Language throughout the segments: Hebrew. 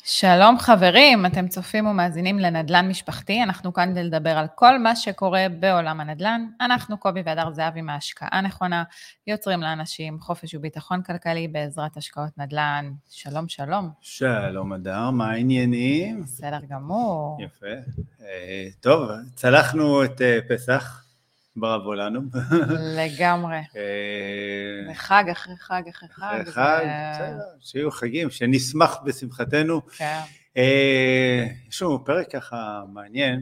שלום חברים, אתם צופים ומאזינים לנדל"ן משפחתי, אנחנו כאן כדי לדבר על כל מה שקורה בעולם הנדל"ן. אנחנו קובי והדר זהבי מהשקעה נכונה, יוצרים לאנשים חופש וביטחון כלכלי בעזרת השקעות נדל"ן. שלום, שלום. שלום הדר, מה העניינים? בסדר גמור. יפה. טוב, צלחנו את פסח, בראבו לנו. לגמרי. זה חג אחרי חג אחרי חג. אחרי חג, בסדר, שיהיו חגים, שנשמח בשמחתנו. כן. יש לנו פרק ככה מעניין,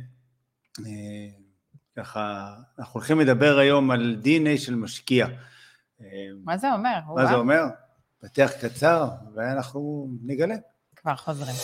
ככה, אנחנו הולכים לדבר היום על DNA של משקיע. מה זה אומר? מה זה אומר? פתח קצר, ואנחנו נגלה. כבר חוזרים.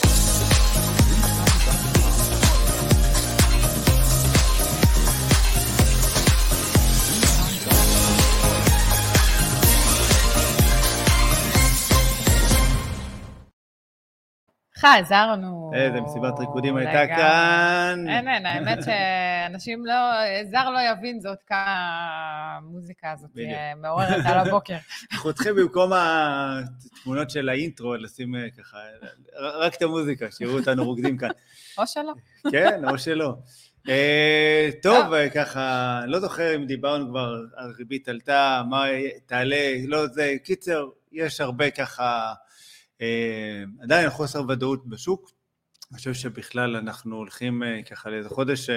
חזרנו. איזה מסיבת ריקודים הייתה כאן. אין, האמת שאנשים לא, זר לא יבין זאת כמה המוזיקה הזאת מעוררת על הבוקר. אנחנו צריכים במקום התמונות של האינטרו לשים ככה, רק את המוזיקה, שיראו אותנו רוקדים כאן. או שלא. כן, או שלא. טוב, ככה, לא זוכר אם דיברנו כבר, הריבית עלתה, מה תעלה, לא זה, קיצר, יש הרבה ככה, עדיין חוסר ודאות בשוק. אני חושב שבכלל אנחנו הולכים ככה לאיזה חודש,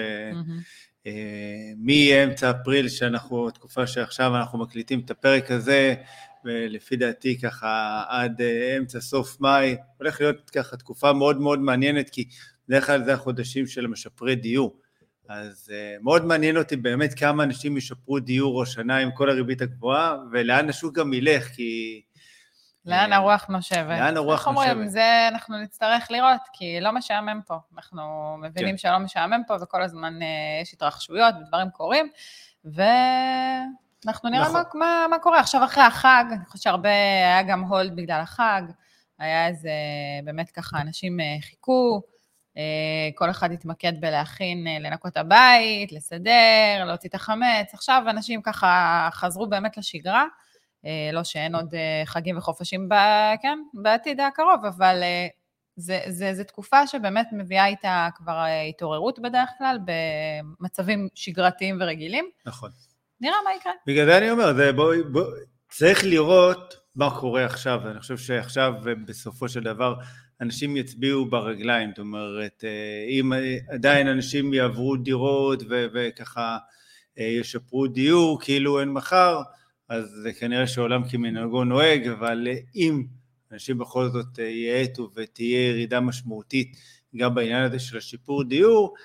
מאמצע אפריל, שאנחנו, תקופה שעכשיו אנחנו מקליטים את הפרק הזה, ולפי דעתי ככה עד אמצע סוף מאי, הולך להיות ככה תקופה מאוד מאוד מעניינת, כי בדרך כלל זה החודשים של משפרי דיור. אז מאוד מעניין אותי באמת כמה אנשים ישפרו דיור השנה עם כל הריבית הגבוהה, ולאן השוק גם ילך, כי לאן הרוח נושבת. לאן הרוח נושבת. אומרים, זה אנחנו נצטרך לראות, כי לא משעמם פה. אנחנו מבינים שלא משעמם פה, וכל הזמן יש התרחשויות ודברים קורים, ואנחנו נראה מה קורה. עכשיו אחרי החג, אני חושבת שהרבה היה גם הולד בגלל החג, היה איזה, באמת ככה, אנשים חיכו, כל אחד התמקד בלהכין, לנקות הבית, לסדר, להוציא את החמץ. עכשיו אנשים ככה חזרו באמת לשגרה, לא שאין עוד חגים וחופשים בעתיד הקרוב, אבל זה תקופה שבאמת מביאה איתה כבר התעוררות בדרך כלל, במצבים שגרתיים ורגילים. נכון. נראה מה יקרה. בגלל זה אני אומר, צריך לראות מה קורה עכשיו, אני חושב שעכשיו בסופו של דבר אנשים יצביעו ברגליים, זאת אומרת, אם עדיין אנשים יעברו דירות וככה ישפרו דיור, כאילו אין מחר, אז זה כנראה שעולם כמנהגו נוהג, אבל אם אנשים בכל זאת יעטו ותהיה ירידה משמעותית גם בעניין הזה של השיפור דיור,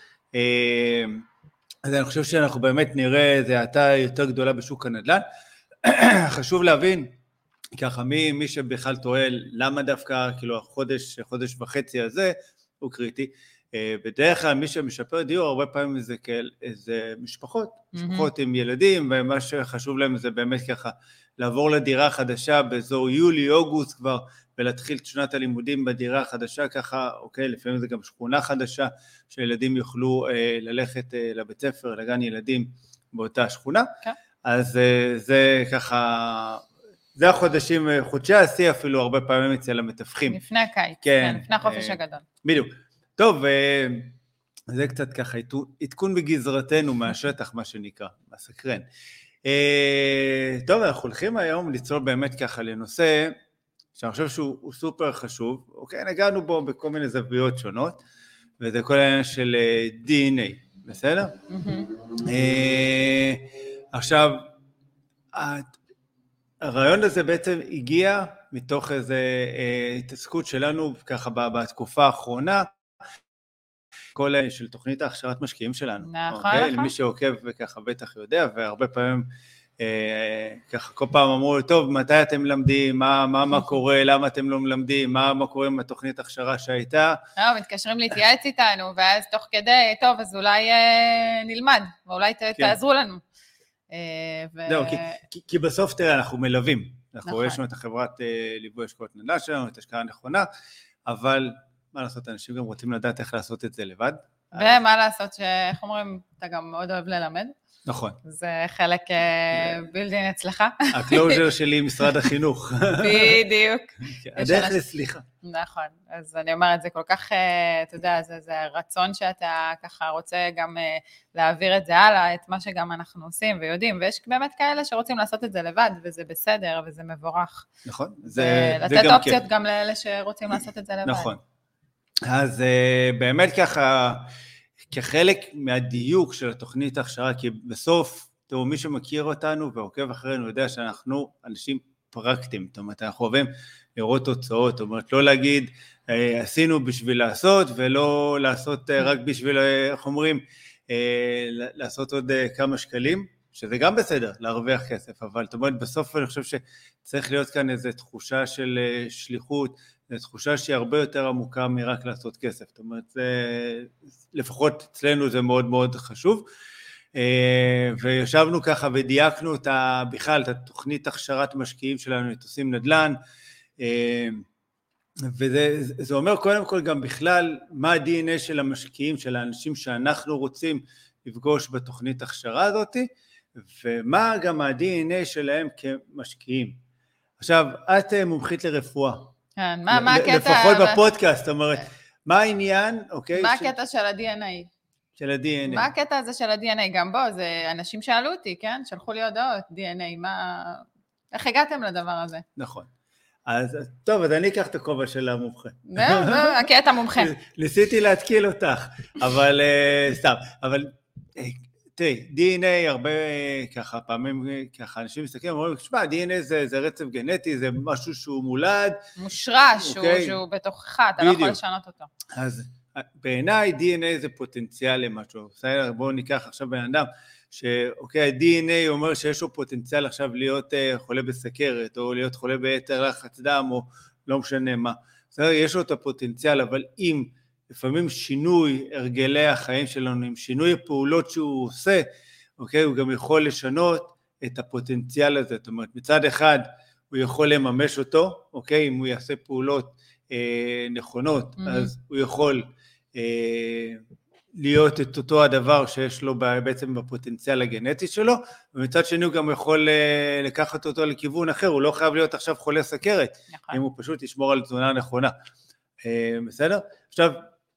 אז אני חושב שאנחנו באמת נראה איזו האטה יותר גדולה בשוק הנדל"ן. חשוב להבין, ככה מי שבכלל טועל, למה דווקא כאילו חודש וחצי הזה הוא קריטי, בדרך כלל מי שמשפר דיור הרבה פעמים זה משפחות עם ילדים, ומה שחשוב להם זה באמת ככה לעבור לדירה חדשה באזור יולי, אוגוסט כבר, ולהתחיל את שנת הלימודים בדירה החדשה ככה, אוקיי, לפעמים זה גם שכונה חדשה, שילדים יוכלו ללכת לבית ספר, לגן ילדים באותה שכונה, אז זה ככה, זה החודשים, חודשי השיא אפילו הרבה פעמים אצל המתווכים. לפני הקיץ, כן, לפני החופש הגדול. בדיוק. טוב, זה קצת ככה, עדכון בגזרתנו מהשטח, מה שנקרא, מסקרן. טוב, אנחנו הולכים היום לצלול באמת ככה לנושא, שאני חושב שהוא סופר חשוב, אוקיי, נגענו בו בכל מיני זוויות שונות, וזה כל העניין של DNA, בסדר? עכשיו, הרעיון הזה בעצם הגיע מתוך איזו התעסקות שלנו ככה בתקופה האחרונה, כל של תוכנית ההכשרת משקיעים שלנו. נכון, נכון. למי שעוקב וככה בטח יודע, והרבה פעמים ככה כל פעם אמרו, טוב, מתי אתם מלמדים, מה קורה, למה אתם לא מלמדים, מה קורה עם התוכנית ההכשרה שהייתה. מתקשרים להתייעץ איתנו, ואז תוך כדי, טוב, אז אולי נלמד, ואולי תעזרו לנו. לא, כי בסוף תראה, אנחנו מלווים. אנחנו יש לנו את החברת ליווי השקעות נדל"ן שלנו, את השקעה נכונה, אבל מה לעשות, אנשים גם רוצים לדעת איך לעשות את זה לבד. ומה לעשות, שאיך אומרים, אתה גם מאוד אוהב ללמד. נכון. זה חלק בילדין אצלך. הקלוז'ר שלי משרד החינוך. בדיוק. הדרך לסליחה. נכון, אז אני אומרת, זה כל כך, אתה יודע, זה רצון שאתה ככה רוצה גם להעביר את זה הלאה, את מה שגם אנחנו עושים ויודעים, ויש באמת כאלה שרוצים לעשות את זה לבד, וזה בסדר, וזה מבורך. נכון, זה גם לתת אופציות גם לאלה שרוצים לעשות את זה לבד. נכון. אז באמת ככה, כחלק מהדיוק של התוכנית ההכשרה, כי בסוף, תראו, מי שמכיר אותנו ועוקב אחרינו יודע שאנחנו אנשים פרקטיים, זאת אומרת, אנחנו אוהבים לראות תוצאות, זאת אומרת, לא להגיד, עשינו בשביל לעשות, ולא לעשות רק בשביל, איך אומרים, לעשות עוד כמה שקלים, שזה גם בסדר, להרוויח כסף, אבל זאת אומרת, בסוף אני חושב שצריך להיות כאן איזו תחושה של שליחות, תחושה שהיא הרבה יותר עמוקה מרק לעשות כסף, זאת אומרת, לפחות אצלנו זה מאוד מאוד חשוב, וישבנו ככה ודייקנו בכלל את התוכנית הכשרת משקיעים שלנו, את עושים נדל"ן, וזה אומר קודם כל גם בכלל מה ה-DNA של המשקיעים, של האנשים שאנחנו רוצים לפגוש בתוכנית הכשרה הזאת, ומה גם ה-DNA שלהם כמשקיעים. עכשיו, את מומחית לרפואה. כן, מה הקטע? לפחות בפודקאסט, זאת אומרת, מה העניין, אוקיי? מה הקטע של ה-DNA? של ה-DNA. מה הקטע הזה של ה-DNA? גם בו, זה אנשים שאלו אותי, כן? שלחו לי הודעות, DNA, איך הגעתם לדבר הזה? נכון. אז טוב, אז אני אקח את הכובע של המומחה. הקטע מומחה. ניסיתי להתקיל אותך, אבל סתם, אבל תראי, DNA הרבה ככה, פעמים ככה, אנשים מסתכלים, אומרים, תשמע, DNA זה רצף גנטי, זה משהו שהוא מולד. מושרש, שהוא בתוכך, אתה לא יכול לשנות אותו. אז בעיניי DNA זה פוטנציאל למשהו, בסדר? בואו ניקח עכשיו בן אדם, שאוקיי, ה-DNA אומר שיש לו פוטנציאל עכשיו להיות חולה בסכרת, או להיות חולה ביתר לחץ דם, או לא משנה מה. בסדר? יש לו את הפוטנציאל, אבל אם לפעמים שינוי הרגלי החיים שלנו, עם שינוי הפעולות שהוא עושה, אוקיי, הוא גם יכול לשנות את הפוטנציאל הזה. זאת אומרת, מצד אחד הוא יכול לממש אותו, אוקיי, אם הוא יעשה פעולות נכונות, אז הוא יכול להיות את אותו הדבר שיש לו בעצם בפוטנציאל הגנטי שלו, ומצד שני הוא גם יכול לקחת אותו לכיוון אחר, הוא לא חייב להיות עכשיו חולה סכרת, נכון. אם הוא פשוט ישמור על תזונה נכונה. בסדר? עכשיו,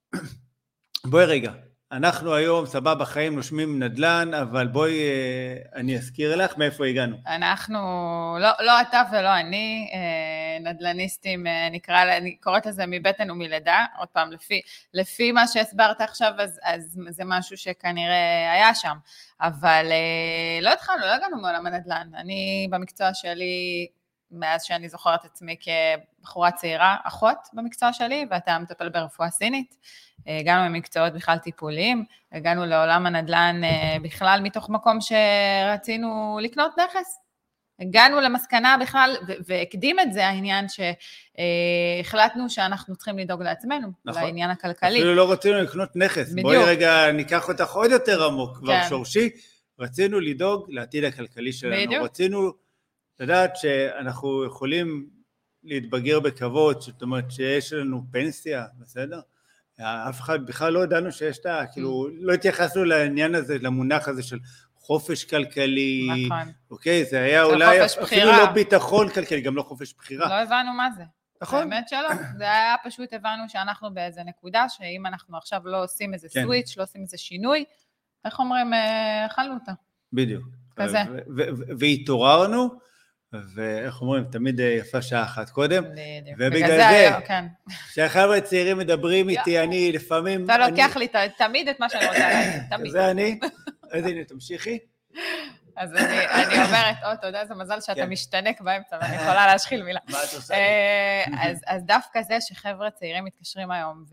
בואי רגע, אנחנו היום סבבה חיים נושמים נדל"ן, אבל בואי אני אזכיר לך מאיפה הגענו. אנחנו, לא אתה ולא אני, נדל"ניסטים, אני קוראת לזה מבטן ומלידה, עוד פעם, לפי מה שהסברת עכשיו, אז זה משהו שכנראה היה שם, אבל לא הגענו מעולם הנדל"ן, אני במקצוע שלי, מאז שאני זוכרת עצמי כבחורה צעירה, אחות במקצוע שלי, ואתה מטפל ברפואה סינית, הגענו ממקצועות בכלל טיפוליים, הגענו לעולם הנדל"ן בכלל מתוך מקום שרצינו לקנות נכס, הגענו למסקנה בכלל, והקדים את זה העניין שהחלטנו שאנחנו צריכים לדאוג לעצמנו, נכון. לעניין הכלכלי. אפילו לא רצינו לקנות נכס, בדיוק. בואי רגע ניקח אותך עוד יותר עמוק, כבר שורשי, רצינו לדאוג לעתיד הכלכלי שלנו, בדיוק. רצינו לדעת שאנחנו יכולים להתבגר בכבוד, זאת אומרת שיש לנו פנסיה, בסדר? אף אחד בכלל לא ידענו שיש את כאילו, לא התייחסנו לעניין הזה, למונח הזה של חופש כלכלי, נכון. אוקיי, זה היה אולי אפילו לא ביטחון כלכלי, גם לא חופש בחירה. לא הבנו מה זה. נכון. האמת שלא, זה היה פשוט הבנו שאנחנו באיזה נקודה, שאם אנחנו עכשיו לא עושים איזה סוויץ', לא עושים איזה שינוי, איך אומרים, אכלנו אותה. בדיוק. כזה. והתעוררנו, ואיך אומרים, תמיד יפה שעה אחת קודם, ובגלל זה, שהחבר'ה צעירים מדברים איתי, אני לפעמים... אתה לוקח לי תמיד את מה שאני רוצה להגיד, תמיד. זה אני, אז הנה, תמשיכי. אז אני אומרת, אתה יודע, זה מזל שאתה משתנק באמצע, ואני יכולה להשחיל מילה. מה את עושה? אז דווקא זה שחבר'ה צעירים מתקשרים היום,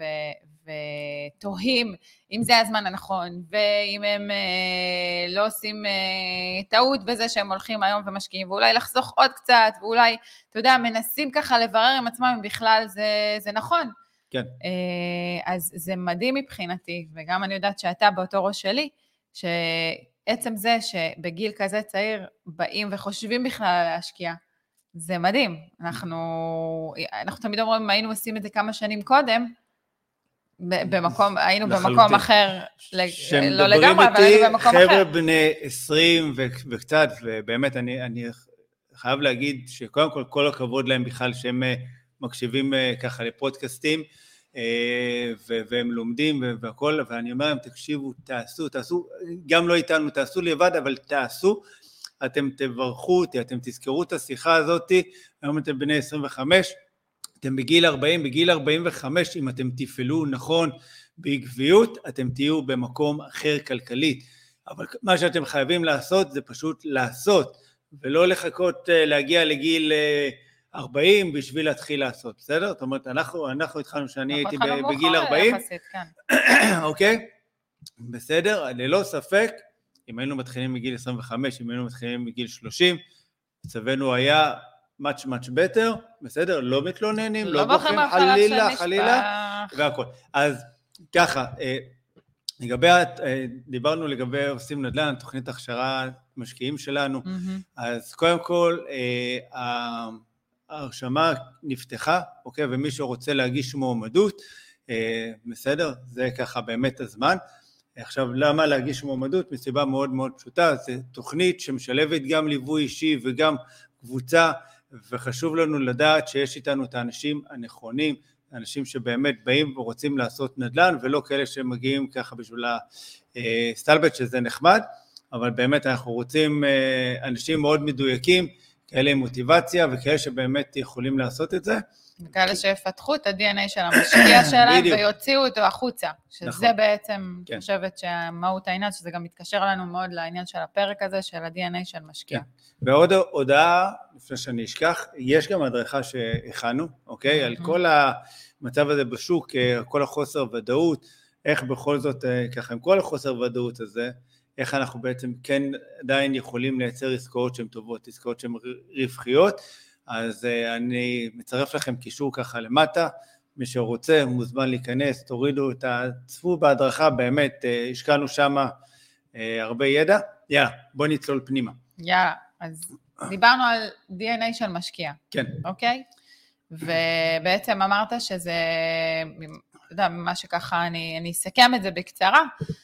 ותוהים אם זה הזמן הנכון, ואם הם לא עושים טעות בזה שהם הולכים היום ומשקיעים, ואולי לחסוך עוד קצת, ואולי, אתה יודע, מנסים ככה לברר עם עצמם אם בכלל זה נכון. כן. אז זה מדהים מבחינתי, וגם אני יודעת שאתה באותו ראש שלי, שעצם זה שבגיל כזה צעיר באים וחושבים בכלל להשקיע, זה מדהים. אנחנו תמיד אומרים, אם היינו עושים את זה כמה שנים קודם, היינו במקום אחר, לא לגמרי, אבל היינו במקום אחר. חבר'ה בני 20 וקצת, ובאמת אני חייב להגיד שקודם כל הכבוד להם בכלל שהם מקשיבים ככה לפודקאסטים, והם לומדים והכל, ואני אומר להם, תקשיבו, תעשו, גם לא איתנו, תעשו לבד, אבל תעשו, אתם תברכו אותי, אתם תזכרו את השיחה הזאת, היום אתם בני 25, אתם בגיל 40, בגיל 45, אם אתם תפעלו נכון בעקביות, אתם תהיו במקום אחר כלכלית, אבל מה שאתם חייבים לעשות, זה פשוט לעשות, ולא לחכות להגיע לגיל 40 בשביל להתחיל לעשות, בסדר? זאת אומרת, אנחנו התחלנו שאני הייתי בגיל 40, אוקיי? בסדר, ללא ספק, אם היינו מתחילים מגיל 25, אם היינו מתחילים מגיל 30, מצבנו היה much better, בסדר? לא מתלוננים, לא בוחרים, חלילה, והכל. אז ככה, דיברנו לגבי עושים נדל"ן, תוכנית הכשרה משקיעים שלנו, אז קודם כל, ההרשמה נפתחה, אוקיי, ומי שרוצה להגיש מועמדות, בסדר? זה ככה באמת הזמן. עכשיו, למה להגיש מועמדות? מסיבה מאוד מאוד פשוטה, זו תוכנית שמשלבת גם ליווי אישי וגם קבוצה, וחשוב לנו לדעת שיש איתנו את האנשים הנכונים, אנשים שבאמת באים ורוצים לעשות נדל"ן, ולא כאלה שמגיעים ככה בשביל הסטלבט, שזה נחמד, אבל באמת אנחנו רוצים אנשים מאוד מדויקים, כאלה עם מוטיבציה, וכאלה שבאמת יכולים לעשות את זה. וכאלה שיפתחו את ה-DNA של המשקיע שלהם, ויוציאו אותו החוצה, שזה בעצם, אני חושבת שמהות העניין, שזה גם מתקשר לנו מאוד לעניין של הפרק הזה, של ה-DNA של משקיע. ועוד הודעה, לפני שאני אשכח, יש גם הדרכה שהכנו, אוקיי? על כל המצב הזה בשוק, כל החוסר ודאות, איך בכל זאת, ככה, עם כל החוסר ודאות הזה, איך אנחנו בעצם כן עדיין יכולים לייצר עסקאות שהן טובות, עסקאות שהן רווחיות, אז אני מצרף לכם קישור ככה למטה, מי שרוצה מוזמן להיכנס, תורידו את הצפו בהדרכה, באמת השקענו שם הרבה ידע, יאללה, בוא נצלול פנימה. יאללה, אז דיברנו על DNA של משקיע. כן. אוקיי? ובעצם אמרת שזה, אתה יודע, מה שככה אני אסכם את זה בקצרה,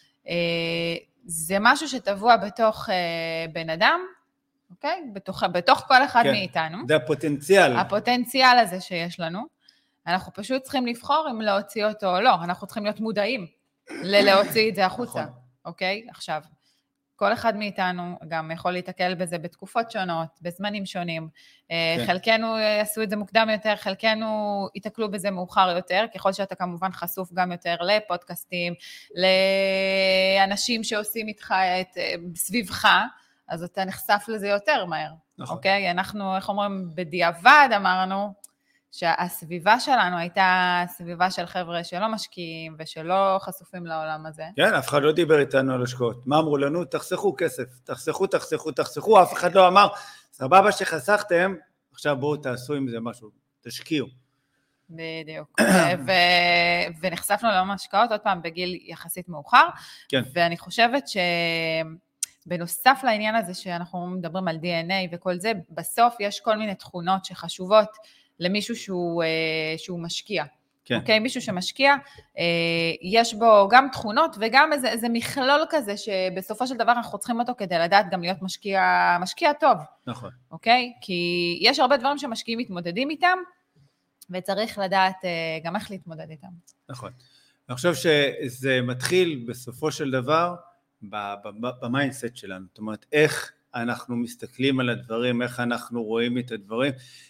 זה משהו שטבוע בתוך בן אדם, אוקיי? בתוך כל אחד מאיתנו. זה הפוטנציאל. הפוטנציאל הזה שיש לנו. אנחנו פשוט צריכים לבחור אם להוציא אותו או לא. אנחנו צריכים להיות מודעים להוציא את זה החוצה. אוקיי? עכשיו, כל אחד מאיתנו גם יכול להתקל בזה בתקופות שונות, בזמנים שונים. חלקנו יעשו את זה מוקדם יותר, חלקנו יתקלו בזה מאוחר יותר, ככל שאתה כמובן חשוף גם יותר לפודקאסטים, לאנשים שעושים איתך סביבך, אז אתה נחשף לזה יותר מהר. נכון. אוקיי? אנחנו, איך אומרים, בדיעבד אמרנו, שהסביבה שלנו הייתה סביבה של חבר'ה שלא משקיעים ושלא חשופים לעולם הזה. כן, אף אחד לא דיבר איתנו על השקעות. מה אמרו לנו? תחסכו כסף, תחסכו, אף אחד לא אמר, סבבה שחסכתם, עכשיו בואו תעשו עם זה משהו, תשקיעו. בדיוק. ונחשפנו לעולם השקעות, עוד פעם, בגיל יחסית מאוחר, כן. ואני חושבת בנוסף לעניין הזה שאנחנו מדברים על DNA וכל זה, בסוף יש כל מיני תכונות שחשובות למישהו שהוא משקיע. כן. אוקיי? מישהו שמשקיע, יש בו גם תכונות וגם איזה מכלול כזה שבסופו של דבר אנחנו צריכים אותו כדי לדעת גם להיות משקיע טוב. נכון. אוקיי? כי יש הרבה דברים שמשקיעים מתמודדים איתם, וצריך לדעת גם איך להתמודד איתם. נכון. אני חושב שזה מתחיל בסופו של דבר במיינדסט שלנו. זאת אומרת, איך אנחנו מסתכלים על הדברים, איך אנחנו רואים את הדברים,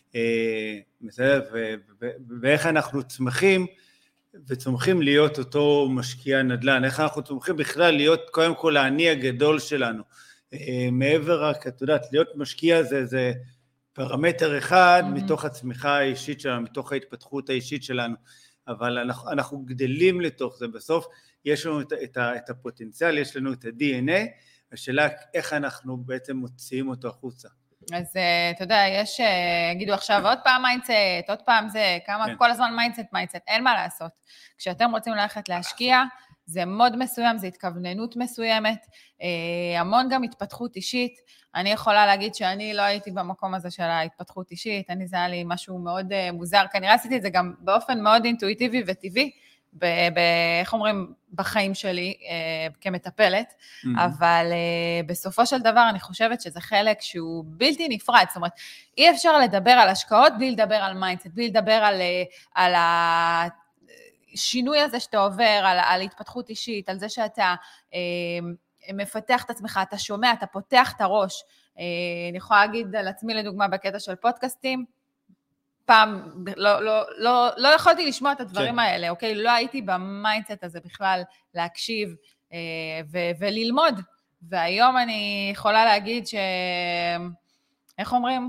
ואיך אנחנו צומחים להיות אותו משקיע נדל"ן, איך אנחנו צומחים בכלל להיות קודם כל העני הגדול שלנו, מעבר רק, את יודעת, להיות משקיע זה פרמטר אחד מתוך הצמיחה האישית שלנו, מתוך ההתפתחות האישית שלנו, אבל אנחנו גדלים לתוך זה, בסוף יש לנו את הפוטנציאל, יש לנו את ה-DNA, השאלה איך אנחנו בעצם מוציאים אותו החוצה. אז אתה יודע, יש, יגידו עכשיו עוד פעם מיינדסט, עוד פעם זה, כמה, כל הזמן מיינדסט, אין מה לעשות. כשאתם רוצים ללכת להשקיע, זה מוד מסוים, זה התכווננות מסוימת, המון גם התפתחות אישית. אני יכולה להגיד שאני לא הייתי במקום הזה של ההתפתחות אישית, זה היה לי משהו מאוד מוזר, כנראה עשיתי את זה גם באופן מאוד אינטואיטיבי וטבעי, איך אומרים, בחיים שלי כמטפלת, אבל בסופו של דבר אני חושבת שזה חלק שהוא בלתי נפרד, זאת אומרת, אי אפשר לדבר על השקעות בלי לדבר על מיינדסט, בלי לדבר על השינוי הזה שאתה עובר, על התפתחות אישית, על זה שאתה מפתח את עצמך, אתה שומע, אתה פותח את הראש. אני יכולה להגיד על עצמי לדוגמה בקטע של פודקאסטים, פעם לא יכולתי לשמוע את הדברים האלה, אוקיי? לא הייתי במיינדסט הזה בכלל להקשיב וללמוד, והיום אני יכולה להגיד איך אומרים?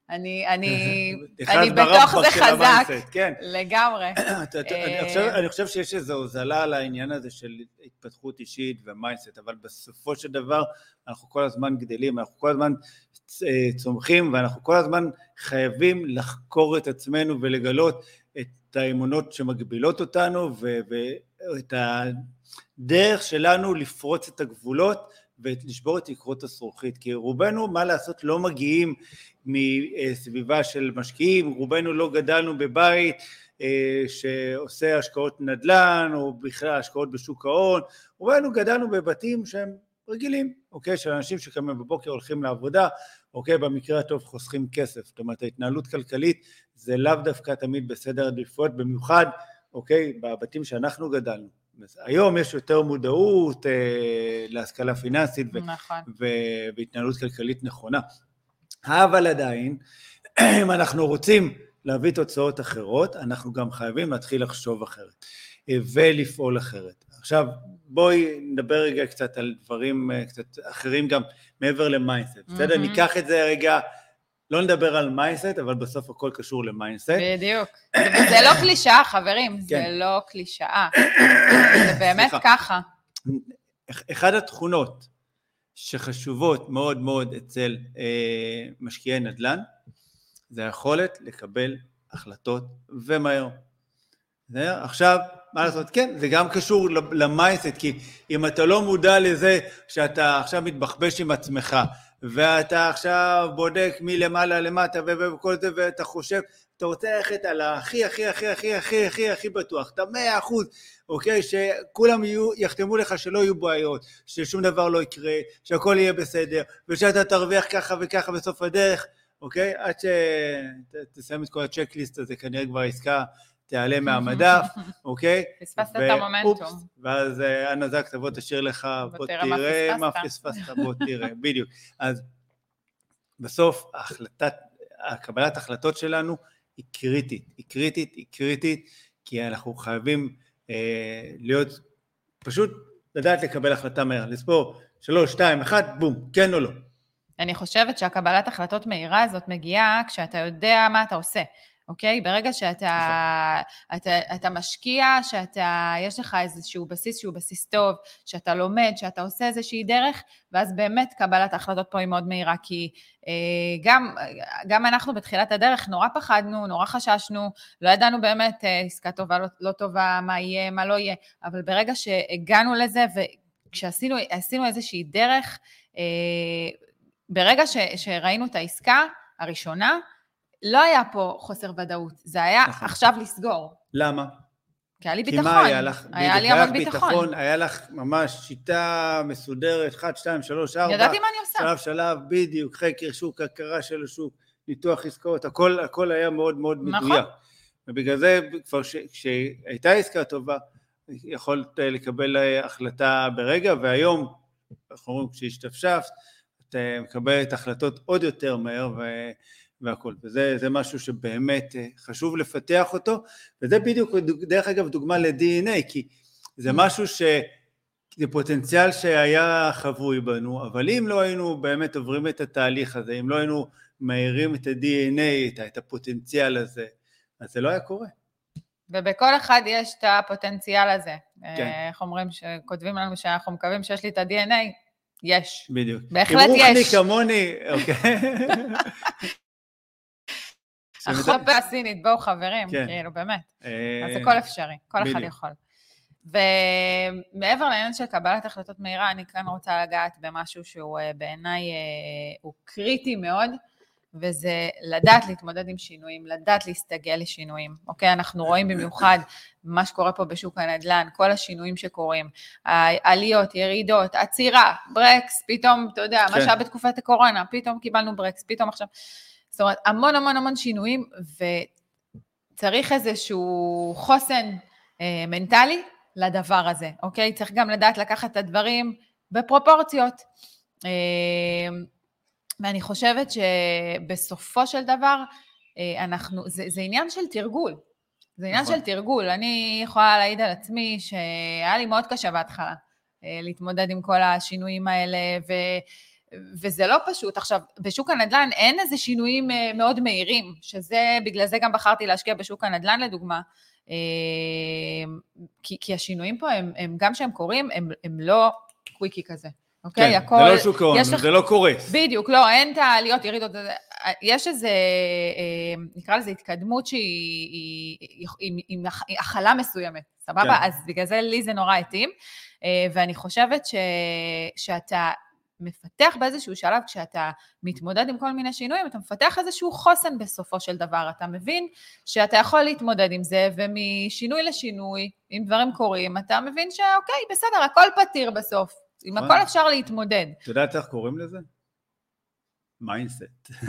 אני בתוך זה חזק, לגמרי. אני חושב שיש איזו הוזלה על העניין הזה של התפתחות אישית ומיינדסט, אבל בסופו של דבר אנחנו כל הזמן גדלים, אנחנו כל הזמן צומחים, ואנחנו כל הזמן חייבים לחקור את עצמנו ולגלות את האמונות שמגבילות אותנו, ואת הדרך שלנו לפרוץ את הגבולות, ולשבור את תקרות הזכוכית, כי רובנו, מה לעשות, לא מגיעים מסביבה של משקיעים, רובנו לא גדלנו בבית שעושה השקעות נדל"ן, או בכלל השקעות בשוק ההון, רובנו גדלנו בבתים שהם רגילים, אוקיי, של אנשים שקמים בבוקר הולכים לעבודה, אוקיי, במקרה הטוב חוסכים כסף, זאת אומרת, ההתנהלות כלכלית זה לאו דווקא תמיד בסדר עדיפויות, במיוחד, אוקיי, בבתים שאנחנו גדלנו. היום יש יותר מודעות להשכלה פיננסית והתנהלות כלכלית נכונה, אבל עדיין, אם אנחנו רוצים להביא תוצאות אחרות, אנחנו גם חייבים להתחיל לחשוב אחרת ולפעול אחרת. עכשיו, בואי נדבר רגע קצת על דברים קצת אחרים גם מעבר למיינדסט. בסדר? ניקח את זה רגע, לא נדבר על מיינדסט, אבל בסוף הכל קשור למיינדסט. בדיוק. זה לא קלישאה, חברים, זה לא קלישאה. זה באמת ככה. אחד התכונות שחשובות מאוד מאוד אצל משקיעי נדל"ן, זה היכולת לקבל החלטות ומהר. עכשיו, מה לעשות? כן, זה גם קשור למיינדסט, כי אם אתה לא מודע לזה שאתה עכשיו מתבחבש עם עצמך, ואתה עכשיו בודק מלמעלה למטה וכל זה, ואתה חושב, אתה רוצה ללכת על הכי בטוח, אתה 100%, אוקיי, שכולם יחתמו לך שלא יהיו בעיות, ששום דבר לא יקרה, שהכל יהיה בסדר, ושאתה תרוויח ככה וככה בסוף הדרך, אוקיי? עד שתסיים את כל הצ'קליסט הזה, כנראה כבר עסקה תעלה מהמדף, אוקיי? פספסת את המומנטום. ואז הנזק תבוא תשאיר לך, בוא תראה מה פספסת, בוא תראה, בדיוק. אז בסוף קבלת החלטות שלנו היא קריטית, כי אנחנו חייבים להיות, פשוט לדעת לקבל החלטה מהר, לספור 3, 2, 1, בום, כן או לא. אני חושבת שהקבלת החלטות מהירה הזאת מגיעה כשאתה יודע מה אתה עושה. אוקיי? ברגע שאתה משקיע, יש לך איזשהו בסיס שהוא בסיס טוב, שאתה לומד, שאתה עושה איזושהי דרך, ואז באמת קבלת ההחלטות פה היא מאוד מהירה, כי גם אנחנו בתחילת הדרך נורא פחדנו, נורא חששנו, לא ידענו באמת עסקה טובה, לא טובה, מה יהיה, מה לא יהיה, אבל ברגע שהגענו לזה, וכשעשינו איזושהי דרך, ברגע שראינו את העסקה הראשונה, לא היה פה חוסר ודאות, זה היה עכשיו לסגור. למה? כי היה לי ביטחון, היה לי המון ביטחון. היה לך ממש שיטה מסודרת, 1, 2, 3, 4. ידעתי מה אני עושה. שלב, בדיוק, חקר שוק, הכרה של השוק, ניתוח עסקאות, הכל היה מאוד מאוד מדויק. נכון. ובגלל זה, כבר כשהייתה עסקה טובה, יכולת לקבל החלטה ברגע, והיום, אנחנו אומרים, כשהשתפשפת, את מקבלת החלטות עוד יותר מהר, והכל, וזה משהו שבאמת חשוב לפתח אותו, וזה בדיוק דרך אגב דוגמה ל-DNA, כי זה משהו זה פוטנציאל שהיה חבוי בנו, אבל אם לא היינו באמת עוברים את התהליך הזה, אם לא היינו מהירים את ה-DNA, את הפוטנציאל הזה, אז זה לא היה קורה. ובכל אחד יש את הפוטנציאל הזה. כן. איך אומרים שכותבים לנו שאנחנו מקווים שיש לי את ה-DNA? יש. בדיוק. בהחלט יש. אם רוחני כמוני, אוקיי. החלפה הסינית, בואו חברים, כאילו באמת. אז הכל אפשרי, כל אחד יכול. ומעבר לעניין של קבלת החלטות מהירה, אני כאן רוצה לגעת במשהו שהוא בעיניי הוא קריטי מאוד, וזה לדעת להתמודד עם שינויים, לדעת להסתגל לשינויים, אוקיי? אנחנו רואים במיוחד מה שקורה פה בשוק הנדל"ן, כל השינויים שקורים, העליות, ירידות, עצירה, ברקס, פתאום, אתה יודע, מה שהיה בתקופת הקורונה, פתאום קיבלנו ברקס, פתאום עכשיו, זאת אומרת, המון המון המון שינויים, וצריך איזשהו חוסן מנטלי לדבר הזה, אוקיי? צריך גם לדעת לקחת את הדברים בפרופורציות, ואני חושבת שבסופו של דבר, זה עניין של תרגול, זה עניין של תרגול, אני יכולה להעיד על עצמי שהיה לי מאוד קשה בהתחלה, להתמודד עם כל השינויים האלה, וזה לא פשוט. עכשיו, בשוק הנדל"ן אין איזה שינויים מאוד מהירים, בגלל זה גם בחרתי להשקיע בשוק הנדל"ן לדוגמה, כי השינויים פה, הם גם שהם קורים, הם לא קוויקי כזה. אוקיי, הכל, זה לא שוק ההון, זה לא קורס. בדיוק, לא, אין את העליות, ירידות, יש איזה, נקרא לזה התקדמות שהיא עם החלה מסוימת, סבבה? אז בגלל זה לי זה נורא התאים, ואני חושבת שאתה מפתח באיזשהו שלב, כשאתה מתמודד עם כל מיני שינויים, אתה מפתח איזשהו חוסן בסופו של דבר, אתה מבין שאתה יכול להתמודד עם זה, ומשינוי לשינוי, אם דברים קורים, אתה מבין שאוקיי, בסדר, הכל פתיר בסוף. עם הכל אפשר להתמודד. אתה יודעת איך קוראים לזה? מיינדסט.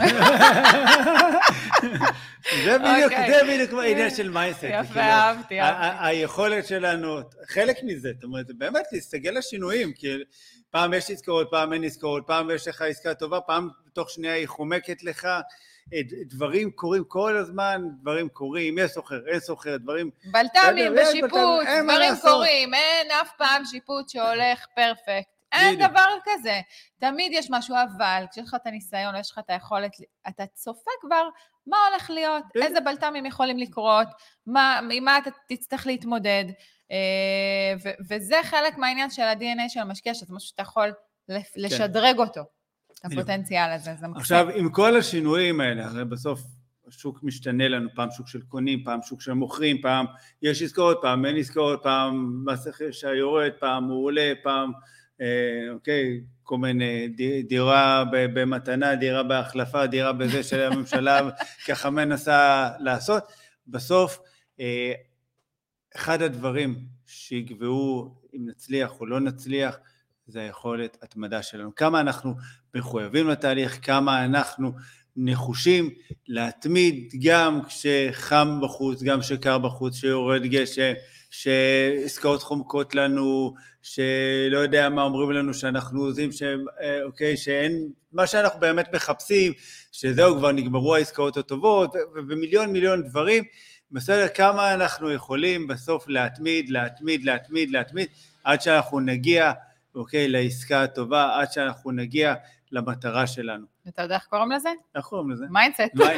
זה בדיוק העניין של מיינדסט. יפה, אהבתי. היכולת שלנו, חלק מזה, זאת אומרת, זה באמת להסתגל לשינויים, כי פעם יש עסקאות, פעם אין עסקאות, פעם יש לך עסקה טובה, פעם בתוך שנייה היא חומקת לך, דברים קורים כל הזמן, דברים קורים, יש סוחר, אין סוחר, דברים... בלת"מים בשיפוט, דברים קורים, אין אף פעם שיפוט שהולך פרפקט, אין דבר כזה, תמיד יש משהו, אבל כשיש לך את הניסיון, יש לך את היכולת, אתה צופה כבר מה הולך להיות, איזה בלת"מים יכולים לקרות, עם מה אתה תצטרך להתמודד, וזה חלק מהעניין של ה-DNA של המשקיע, שזה משהו שאתה יכול לשדרג אותו. הפוטנציאל הזה, זה מקסים. עכשיו, עם כל השינויים האלה, הרי בסוף השוק משתנה לנו, פעם שוק של קונים, פעם שוק של מוכרים, פעם יש עסקאות, פעם אין עסקאות, פעם מס רכישה יורד, פעם הוא עולה, פעם, אוקיי, כל מיני דירה במתנה, דירה בהחלפה, דירה בזה של הממשלה, ככה מנסה לעשות. בסוף, אחד הדברים שיגבעו אם נצליח או לא נצליח, זה היכולת התמדה שלנו. כמה אנחנו מחויבים לתהליך, כמה אנחנו נחושים להתמיד גם כשחם בחוץ, גם כשקר בחוץ, שיורד גשם, שעסקאות חומקות לנו, שלא יודע מה אומרים לנו שאנחנו עוזים, אוקיי, שאין מה שאנחנו באמת מחפשים, שזהו כבר נגמרו העסקאות הטובות, ומיליון דברים, בסדר, כמה אנחנו יכולים בסוף להתמיד, עד שאנחנו נגיע, אוקיי, לעסקה הטובה, עד שאנחנו נגיע למטרה שלנו. אתה יודע איך קוראים לזה? איך קוראים לזה? מיינדסט.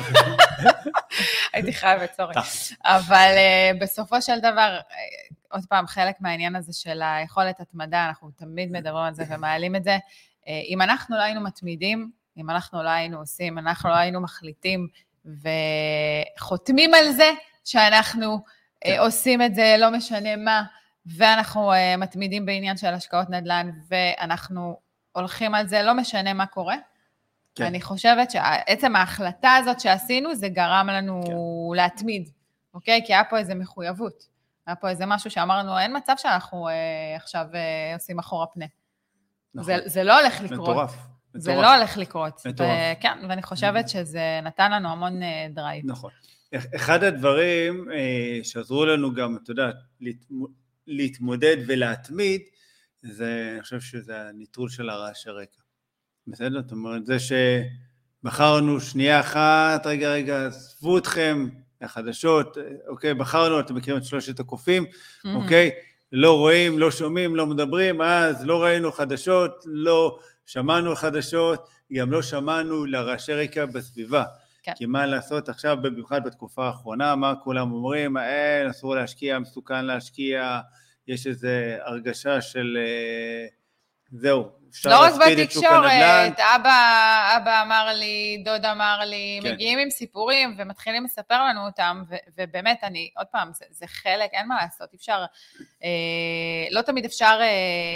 הייתי חייבת, סורי. אבל בסופו של דבר, עוד פעם, חלק מהעניין הזה של היכולת התמדה, אנחנו תמיד מדברים על זה ומעלים את זה. אם אנחנו לא היינו מתמידים, אם אנחנו לא היינו עושים, אנחנו לא היינו מחליטים וחותמים על זה, שאנחנו עושים את זה, לא משנה מה, ואנחנו מתמידים בעניין של השקעות נדל"ן, ואנחנו הולכים על זה, לא משנה מה קורה. כן. אני חושבת שעצם ההחלטה הזאת שעשינו, זה גרם לנו להתמיד, אוקיי? כי היה פה איזו מחויבות, היה פה איזה משהו שאמרנו, אין מצב שאנחנו עכשיו עושים אחורה פנה. נכון. זה לא הולך לקרות. מטורף. זה לא הולך לקרות. כן, ואני חושבת שזה נתן לנו המון דרייב. נכון. אחד הדברים שעזרו לנו גם, אתה יודע, להתמודד ולהתמיד, אני חושב שזה הניטרול של הרעש הרקע. בסדר? זאת אומרת, זה שבחרנו שנייה אחת, רגע, ספו אתכם, החדשות, אוקיי, בחרנו, אתם מכירים את שלושת הקופים, אוקיי, לא רואים, לא שומעים, לא מדברים, אז לא ראינו חדשות, לא שמענו חדשות, גם לא שמענו לרעשי רקע בסביבה. כן. כי מה לעשות עכשיו, במיוחד בתקופה האחרונה, מה כולם אומרים, אסור להשקיע, מסוכן להשקיע, יש איזו הרגשה של, זהו, אפשר להספיד את שוק הנדל"ן. לא רק בתקשורת, אבא אמר לי, דוד אמר לי, כן. מגיעים עם סיפורים ומתחילים לספר לנו אותם, ובאמת אני, עוד פעם, זה חלק, אין מה לעשות, אפשר, לא תמיד אפשר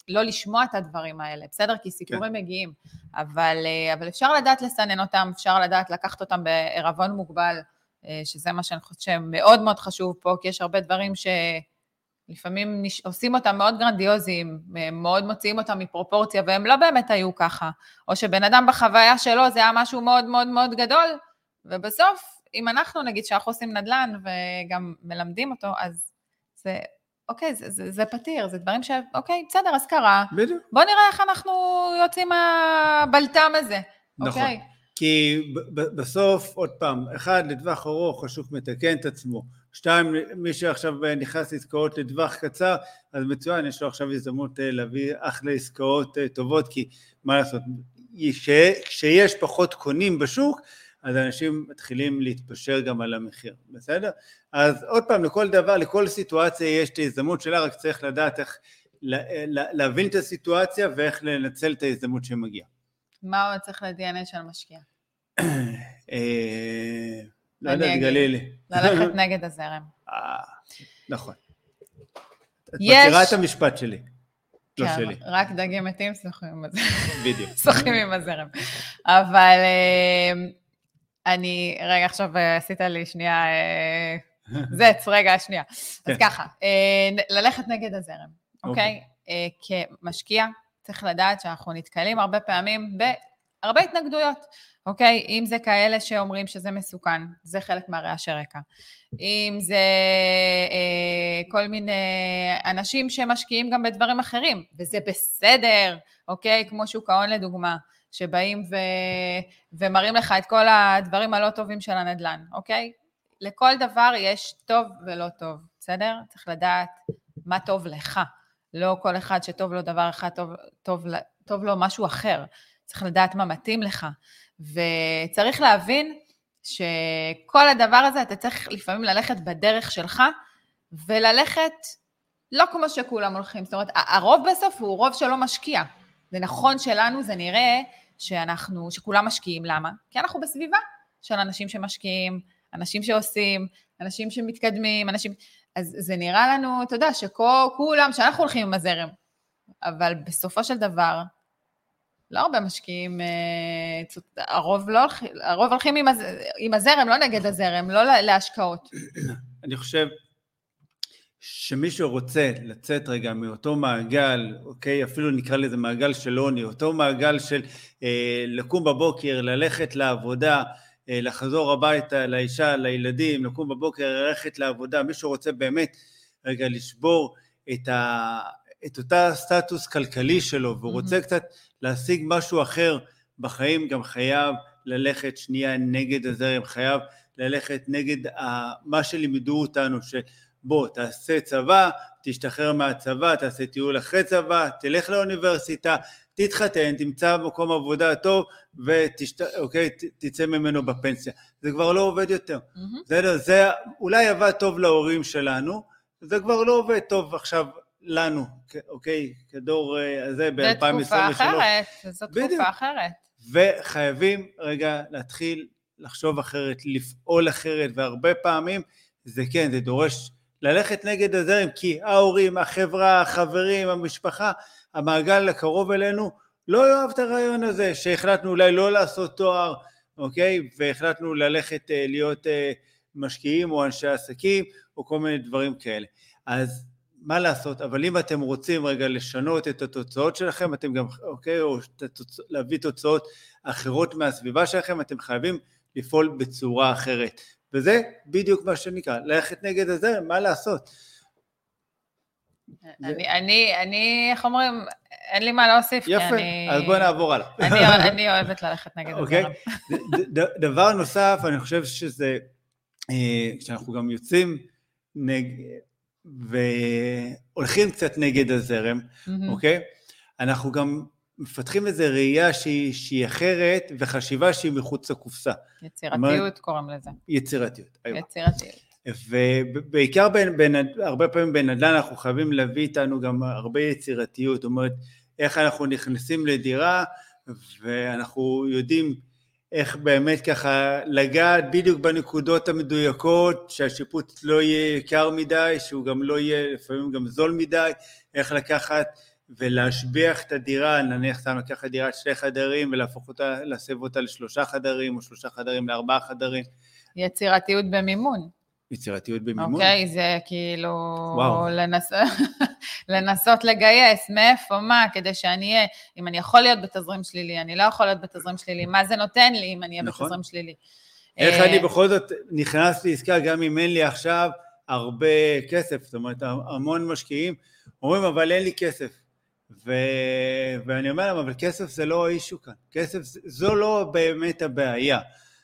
לא לשמוע את הדברים האלה, בסדר? כי סיפורים מגיעים, אבל אפשר לדעת לסנן אותם, אפשר לדעת לקחת אותם בערבון מוגבל, שזה מה שאני חושבת שמאוד מאוד חשוב פה, כי יש הרבה דברים לפעמים עושים אותם מאוד גרנדיוזיים, מאוד מוציאים אותם מפרופורציה, והם לא באמת היו ככה. או שבן אדם בחוויה שלו זה היה משהו מאוד מאוד מאוד גדול, ובסוף, אם אנחנו נגיד שאנחנו עושים נדל"ן וגם מלמדים אותו, אז זה, אוקיי, זה פתיר, זה דברים אוקיי, בסדר, אז קרה. בדיוק. בוא נראה איך אנחנו יוצאים מהבלטם הזה. נכון. אוקיי? כי בסוף, עוד פעם, אחד, לטווח ארוך, השוק מתקן את עצמו. שתיים, מי שעכשיו נכנס לעסקאות לטווח קצר, אז מצוין, יש לו עכשיו הזדמנות להביא אחלה עסקאות טובות, כי מה לעשות, כשיש פחות קונים בשוק, אז אנשים מתחילים להתפשר גם על המחיר, בסדר? אז עוד פעם, לכל דבר, לכל סיטואציה יש את ההזדמנות שלה, רק צריך לדעת איך להבין את הסיטואציה, ואיך לנצל את ההזדמנות שמגיעה. מה הוא צריך ל-DNA של משקיע? לא יודעת, גלילי. ללכת נגד הזרם. נכון. את מכירה את המשפט שלי, לא שלי. רק דגים מתים שוחים עם הזרם. בדיוק. שוחים עם הזרם. אבל אני, רגע, עכשיו עשית לי שנייה, רגע, שנייה. אז ככה, ללכת נגד הזרם, אוקיי? כמשקיע, צריך לדעת שאנחנו נתקלים הרבה פעמים בהרבה התנגדויות, אוקיי? אם זה כאלה שאומרים שזה מסוכן, זה חלק מהרעשי רקע. אם זה כל מיני אנשים שמשקיעים גם בדברים אחרים, וזה בסדר, אוקיי? כמו שוק ההון לדוגמה, שבאים ומראים לך את כל הדברים הלא טובים של הנדל"ן, אוקיי? לכל דבר יש טוב ולא טוב, בסדר? צריך לדעת מה טוב לך. לא כל אחד שטוב לו דבר אחד, טוב לו משהו אחר. צריך לדעת מה מתאים לך. וצריך להבין שכל הדבר הזה, אתה צריך לפעמים ללכת בדרך שלך, וללכת לא כמו שכולם הולכים. זאת אומרת, הרוב בסוף הוא רוב שלא משקיע. זה נכון שלנו, זה נראה שכולם משקיעים. למה? כי אנחנו בסביבה של אנשים שמשקיעים, אנשים שעושים, אנשים שמתקדמים, אז זה נראה לנו, אתה יודע, שכולם, שאנחנו הולכים עם הזרם, אבל בסופו של דבר, לא הרבה משקיעים, הרוב הולכים עם הזרם, לא נגד הזרם, לא להשקעות. אני חושב שמישהו רוצה לצאת רגע מאותו מעגל, אוקיי, אפילו נקרא לזה מעגל של עוני, אותו מעגל של לקום בבוקר, ללכת לעבודה, לחזור הביתה, לאישה, לילדים, לקום בבוקר, ללכת לעבודה, מישהו רוצה באמת רגע לשבור את אותה סטטוס כלכלי שלו, והוא רוצה קצת להשיג משהו אחר בחיים, גם חייב ללכת שנייה נגד הזרם, חייב ללכת נגד מה שלימדו אותנו, שבוא תעשה צבא, תשתחרר מהצבא, תעשה טיול אחרי צבא, תלך לאוניברסיטה, תתחתן, תמצא מקום עבודה טוב, תצא ממנו בפנסיה. זה כבר לא עובד יותר. זה אולי עבד טוב להורים שלנו, זה כבר לא עובד טוב עכשיו לנו, אוקיי? כדור הזה ב-2023. זו תקופה אחרת. וחייבים רגע להתחיל לחשוב אחרת, לפעול אחרת, והרבה פעמים זה כן, זה דורש ללכת נגד הזרם, כי ההורים, החברה, החברים, המשפחה, המעגל הקרוב אלינו, לא יאהב את הרעיון הזה, שהחלטנו אולי לא לעשות תואר, אוקיי? והחלטנו ללכת להיות משקיעים או אנשי עסקים, או כל מיני דברים כאלה. אז מה לעשות? אבל אם אתם רוצים רגע לשנות את התוצאות שלכם, אתם גם, אוקיי? או להביא תוצאות אחרות מהסביבה שלכם, אתם חייבים לפעול בצורה אחרת. וזה בדיוק מה שנקרא, ללכת נגד הזרם, מה לעשות? אני, איך אומרים, אין לי מה להוסיף. יפה, אז בואו נעבור הלאה. אני אוהבת ללכת נגד הזרם. דבר נוסף, אני חושב שזה, כשאנחנו גם יוצאים והולכים קצת נגד הזרם, אוקיי? אנחנו גם מפתחים איזו ראייה שהיא אחרת, וחשיבה שהיא מחוץ לקופסה. יצירתיות קוראים לזה. יצירתיות. יצירתיות. ובעיקר הרבה פעמים בנדל"ן אנחנו חייבים להביא איתנו גם הרבה יצירתיות, זאת אומרת, איך אנחנו נכנסים לדירה, ואנחנו יודעים איך באמת ככה לגעת בדיוק בנקודות המדויקות, שהשיפוץ לא יהיה יקר מדי, שהוא גם לא יהיה לפעמים גם זול מדי, איך לקחת ולהשביח את הדירה, נניח סתם לקחת דירת 2 חדרים ולהפוך אותה, להסב אותה ל3 חדרים או 3 חדרים ל4 חדרים. יצירתיות במימון. יצירתיות במימון. אוקיי, זה כאילו וואו. לנסות לגייס מאיפה, מה, כדי שאני אהיה, אם אני יכול להיות בתזרים שלילי, אני לא יכול להיות בתזרים שלילי, מה זה נותן לי אם אני אהיה בתזרים שלילי. איך אני בכל זאת נכנס לעסקה, גם אם אין לי עכשיו הרבה כסף, זאת אומרת, המון משקיעים אומרים, אבל אין לי כסף. ואני אומר להם, אבל כסף זה לא אישו כאן, כסף זו לא באמת הבעיה.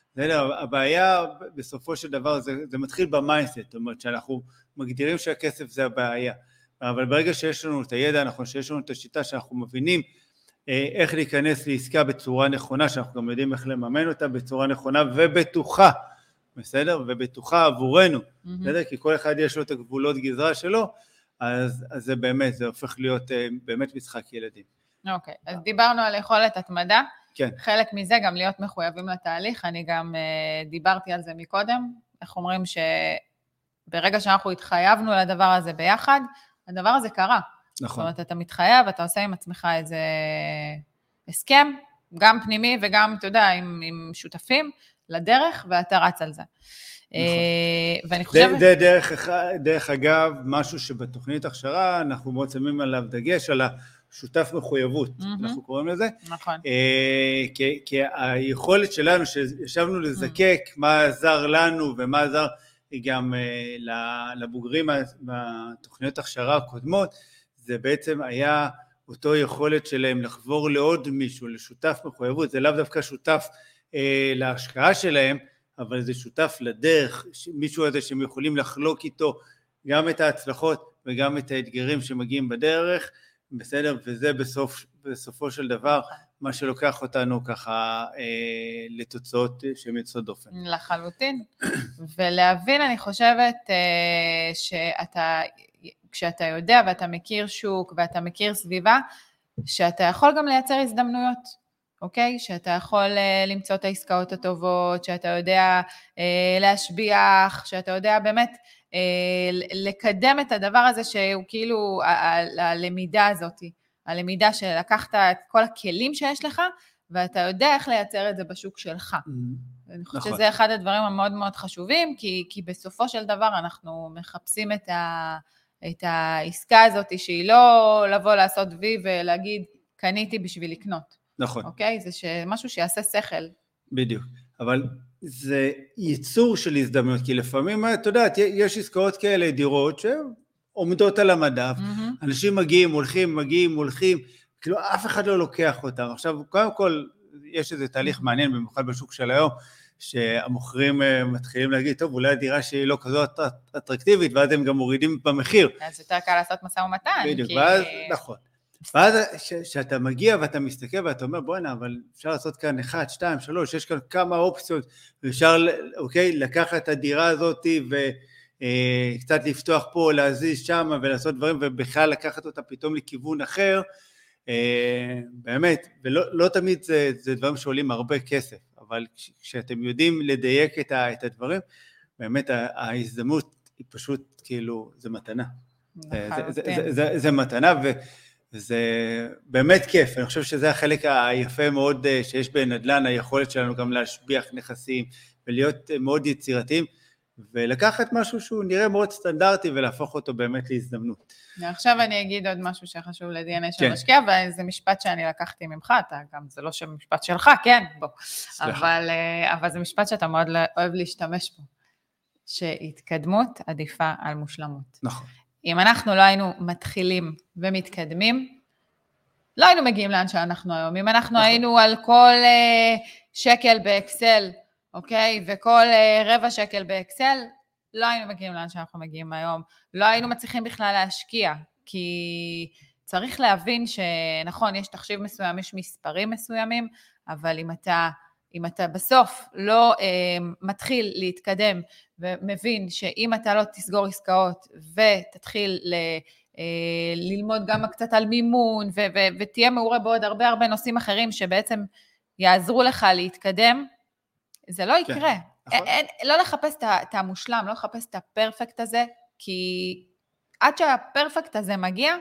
הבעיה בסופו של דבר זה מתחיל במיינדסט, זאת אומרת שאנחנו מגדירים שהכסף זה הבעיה, אבל ברגע שיש לנו את הידע, שיש לנו את השיטה שאנחנו מבינים איך להיכנס לעסקה בצורה נכונה, שאנחנו גם יודעים איך לממן אותה בצורה נכונה ובטוחה, בסדר? ובטוחה עבורנו, בסדר? כי כל אחד יש לו את הגבולות גזרה שלו, אז זה באמת, זה הופך להיות באמת משחק ילדים. אוקיי, אז דיברנו על יכולת התמדה, כן. חלק מזה גם להיות מחויבים לתהליך, אני גם דיברתי על זה מקודם, איך אומרים שברגע שאנחנו התחייבנו לדבר הזה ביחד, הדבר הזה קרה. נכון. זאת אומרת, אתה מתחייב, אתה עושה עם עצמך איזה הסכם, גם פנימי וגם, אתה יודע, עם שותפים לדרך, ואתה רץ על זה. נכון. ואני חושבת... זה דרך אגב, משהו שבתוכנית הכשרה, אנחנו מאוד שמים עליו דגש, על השותף מחויבות, אנחנו קוראים לזה. נכון. כי היכולת שלנו, שישבנו לזקק מה עזר לנו, ומה עזר גם לבוגרים בתוכניות הכשרה הקודמות, זה בעצם היה אותו יכולת שלהם לחבור לעוד מישהו, לשותף מחויבות, זה לאו דווקא שותף להשקעה שלהם, אבל זה שותף לדרך, מישהו הזה שהם יכולים לחלוק איתו גם את ההצלחות וגם את האתגרים שמגיעים בדרך, בסדר, וזה בסופו של דבר מה שלוקח אותנו ככה לתוצאות שהן יוצאות דופן. לחלוטין, ולהבין אני חושבת כשאתה יודע ואתה מכיר שוק ואתה מכיר סביבה, שאתה יכול גם לייצר הזדמנויות. אוקיי? שאתה יכול למצוא את העסקאות הטובות, שאתה יודע להשביח, שאתה יודע באמת לקדם את הדבר הזה שהוא כאילו הלמידה הזאת, הלמידה שלקחת את כל הכלים שיש לך, ואתה יודע איך לייצר את זה בשוק שלך. אני חושבת שזה אחד הדברים המאוד מאוד חשובים, כי בסופו של דבר אנחנו מחפשים את העסקה הזאת, שהיא לא לבוא לעשות וי ולהגיד, קניתי בשביל לקנות. נכון. אוקיי? זה משהו שיעשה שכל. בדיוק. אבל זה ייצור של הזדמנות, כי לפעמים, אתה יודעת, יש עסקאות כאלה, דירות שעומדות על המדף, אנשים מגיעים, הולכים, כאילו אף אחד לא לוקח אותם. עכשיו, קודם כל, יש איזה תהליך מעניין, במיוחד בשוק של היום, שהמוכרים מתחילים להגיד, טוב, אולי הדירה שהיא לא כזו אטרקטיבית, ואז הם גם מורידים במחיר. אז יותר קל לעשות משא ומתן. בדיוק, ואז, נכון. ואז שאתה מגיע ואתה מסתכל ואתה אומר, בוא'נה, אבל אפשר לעשות כאן 1, 2, 3, יש כאן כמה אופציות, ואפשר, אוקיי, לקחת את הדירה הזאת וקצת לפתוח פה, להזיז שם ולעשות דברים, ובכלל לקחת אותה פתאום לכיוון אחר, באמת, ולא תמיד זה דברים שעולים הרבה כסף, אבל כשאתם יודעים לדייק את הדברים, באמת ההזדמנות היא פשוט כאילו, זה מתנה. זה מתנה, וזה באמת כיף. אני חושב שזה החלק היפה מאוד שיש בנדל"ן, היכולת שלנו גם להשביח נכסים, ולהיות מאוד יצירתיים, ולקחת משהו שהוא נראה מאוד סטנדרטי, ולהפוך אותו באמת להזדמנות. עכשיו אני אגיד עוד משהו שחשוב ל-DNA של משקיע, וזה משפט שאני לקחתי ממך, גם זה לא משפט שלך, כן, בוא. אבל זה משפט שאתה מאוד אוהב להשתמש בו, שהתקדמות עדיפה על מושלמות. נכון. אם אנחנו לא היינו מתחילים ומתקדמים, לא היינו מגיעים לאן שאנחנו היום. אם אנחנו היינו על כל שקל באקסל, אוקיי? וכל רבע שקל באקסל, לא היינו מגיעים לאן שאנחנו מגיעים היום. לא היינו מצליחים בכלל להשקיע, כי צריך להבין שנכון, יש תחשיב מסוים, יש מספרים מסוימים, אבל אם אתה בסוף לא מתחיל להתקדם ומבין שאם אתה לא תסגור עסקאות ותתחיל ללמוד גם קצת על מימון ותהיה מעורה בעוד הרבה נושאים אחרים שבעצם יעזרו לך להתקדם, זה לא יקרה. לא לחפש את המושלם, לא לחפש את הפרפקט הזה, כי עד שהפרפקט הזה מגיע,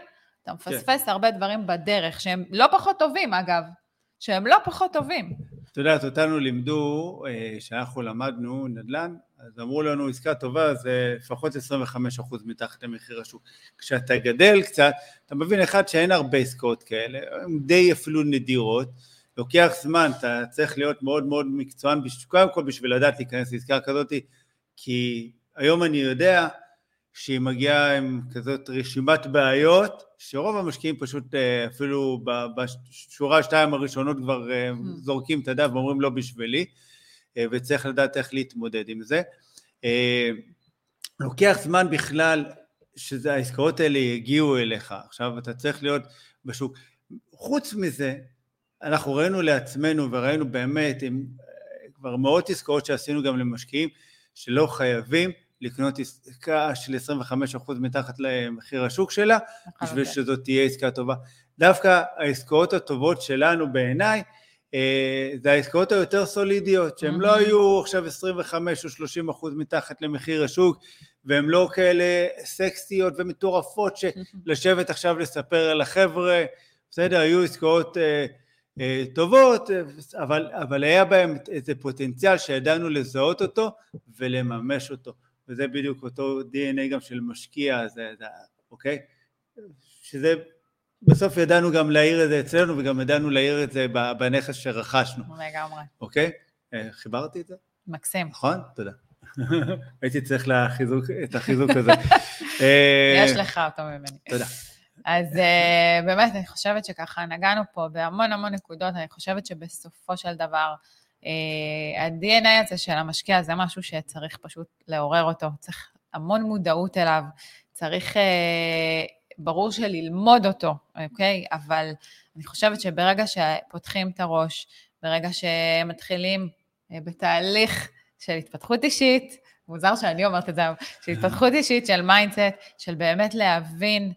אתה מפספס הרבה דברים בדרך, שהם לא פחות טובים, אגב, שהם לא פחות טובים. אתה יודעת, אותנו לימדו, שאנחנו למדנו נדל"ן, אז אמרו לנו, עסקה טובה זה לפחות 25% מתחת למחיר השוק. כשאתה גדל קצת, אתה מבין אחד שאין הרבה עסקאות כאלה, הן די אפילו נדירות, לוקח זמן, אתה צריך להיות מאוד מאוד מקצוען, קודם כל בשביל לדעת להיכנס לעסקה כזאת, כי היום אני יודע שהיא מגיעה עם כזאת רשימת בעיות, שרוב המשקיעים פשוט אפילו בשורה 2 הראשונות כבר זורקים את הדף ואומרים לא בשבילי, וצריך לדעת איך להתמודד עם זה. לוקח זמן בכלל שהעסקאות האלה יגיעו אליך, עכשיו אתה צריך להיות בשוק. חוץ מזה, אנחנו ראינו לעצמנו וראינו באמת עם כבר מאות עסקאות שעשינו גם למשקיעים, שלא חייבים לקנות עסקה של 25% מתחת למחיר השוק שלה, בשביל שזאת תהיה עסקה טובה. דווקא העסקאות הטובות שלנו בעיניי, זה העסקאות היותר סולידיות, שהן לא היו עכשיו 25 או 30% מתחת למחיר השוק, והן לא כאלה סקסיות ומטורפות שלשבת עכשיו לספר על החבר'ה, בסדר, היו עסקאות טובות, אבל היה בהם איזה פוטנציאל שידענו לזהות אותו ולממש אותו, וזה בדיוק אותו DNA גם של משקיע, אוקיי? שזה בסוף ידענו גם להעיר את זה אצלנו, וגם ידענו להעיר את זה בנכס שרכשנו. לגמרי. אוקיי? חיברתי את זה? מקסים. נכון? תודה. הייתי צריך את החיזוק הזה. יש לך אותו ממני. תודה. אז באמת אני חושבת שככה נגענו פה בהמון המון נקודות, אני חושבת שבסופו של דבר, ה-DNA הזה של המשקיע זה משהו שצריך פשוט לעורר אותו, צריך המון מודעות אליו, צריך ברור שללמוד אותו, אוקיי? אבל אני חושבת שברגע שפותחים את הראש, ברגע שמתחילים בתהליך של התפתחות אישית, מוזר שאני אומרת את זה, של התפתחות אישית, של מיינדסט, של באמת להבין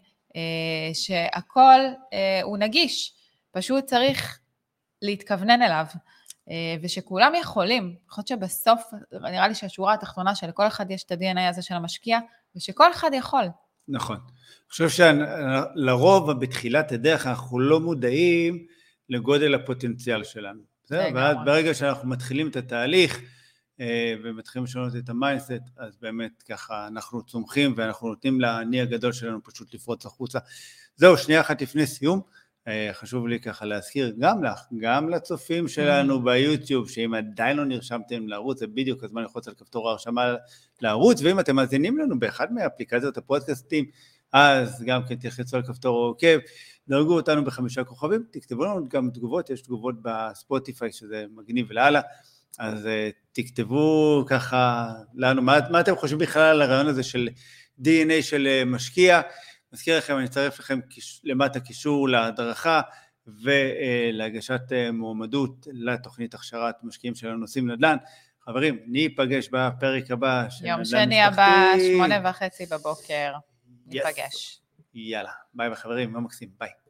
שהכל הוא נגיש, פשוט צריך להתכוונן אליו, ושכולם יכולים, אני חושבת שבסוף, נראה לי שהשורה התחתונה שלכל אחד יש את ה-DNA הזה של המשקיע, ושכל אחד יכול. נכון. אני חושב שלרוב בתחילת הדרך אנחנו לא מודעים לגודל הפוטנציאל שלנו. ואז ברגע שאנחנו מתחילים את התהליך, ומתחילים לשנות את המיינדסט, אז באמת ככה אנחנו צומחים, ואנחנו נותנים לעני הגדול שלנו פשוט לפרוץ החוצה. זהו, שנייה אחת לפני סיום, חשוב לי ככה להזכיר גם לך, גם לצופים שלנו ביוטיוב, שאם עדיין לא נרשמתם לערוץ, זה בדיוק הזמן ללחוץ על כפתור ההרשמה לערוץ, ואם אתם מאזינים לנו באחד מהאפליקציות הפודקאסטים, אז גם כן תלחצו על כפתור עוקב, דרגו אותנו ב5 כוכבים, תכתבו לנו גם תגובות, יש תגובות בספוטיפיי שזה מגניב לאללה, אז תכתבו ככה לנו, מה אתם חושבים בכלל על הרעיון הזה של DNA של משקיע, מזכיר לכם, אני אצרף לכם למטה קישור להדרכה ולהגשת מועמדות לתוכנית הכשרת משקיעים של הנושאים נדל"ן. חברים, ניפגש בפרק הבא של נדל"ן משפחתי. יום שני הבא, 8:30 בבוקר, ניפגש. יאללה, ביי חברים, מה מקסים, ביי.